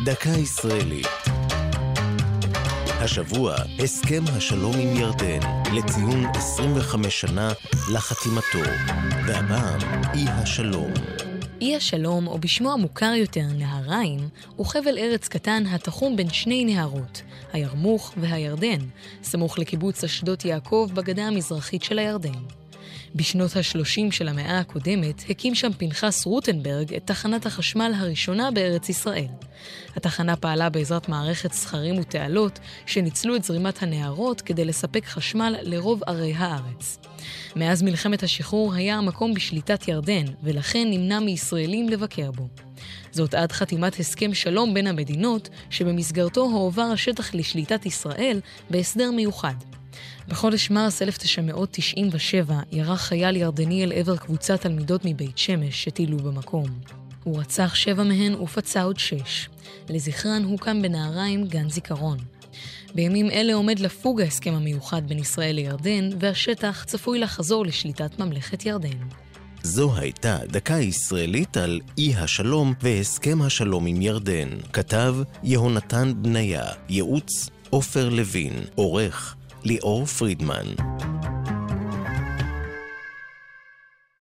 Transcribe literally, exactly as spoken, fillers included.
דקה ישראלית. השבוע, הסכם השלום עם ירדן, לציון עשרים וחמש שנה לחתימתו, והפעם, אי השלום. אי השלום, או בשמו המוכר יותר נהריים, הוא חבל ארץ קטן התחום בין שני נהרות, הירמוך והירדן, סמוך לקיבוץ אשדות יעקב בגדה המזרחית של הירדן. בשנות ה-שלושים של המאה הקודמת הקים שם פנחס רוטנברג את תחנת החשמל הראשונה בארץ ישראל. התחנה פעלה בעזרת מערכת סכרים ותעלות שניצלו את זרימת הנהרות כדי לספק חשמל לרוב ערי הארץ. מאז מלחמת השחרור היה המקום בשליטת ירדן, ולכן נמנע מישראלים לבקר בו. זאת עד חתימת הסכם שלום בין המדינות, שבמסגרתו הועבר השטח לשליטת ישראל בהסדר מיוחד. בחודש מרס אלף תשע מאות תשעים ושבע ירה חייל ירדני אל עבר קבוצת תלמידות מבית שמש שטילו במקום. הוא רצח שבע מהן ופצע עוד שש. לזכרן הוקם בנהריים גן זיכרון. בימים אלה עומד לפוג ההסכם המיוחד בין ישראל לירדן, והשטח צפוי לחזור לשליטת ממלכת ירדן. זו הייתה דקה ישראלית על אי השלום והסכם השלום עם ירדן. כתב יהונתן בניה, ייעוץ עופר לוין, עורך ליאור פרידמן.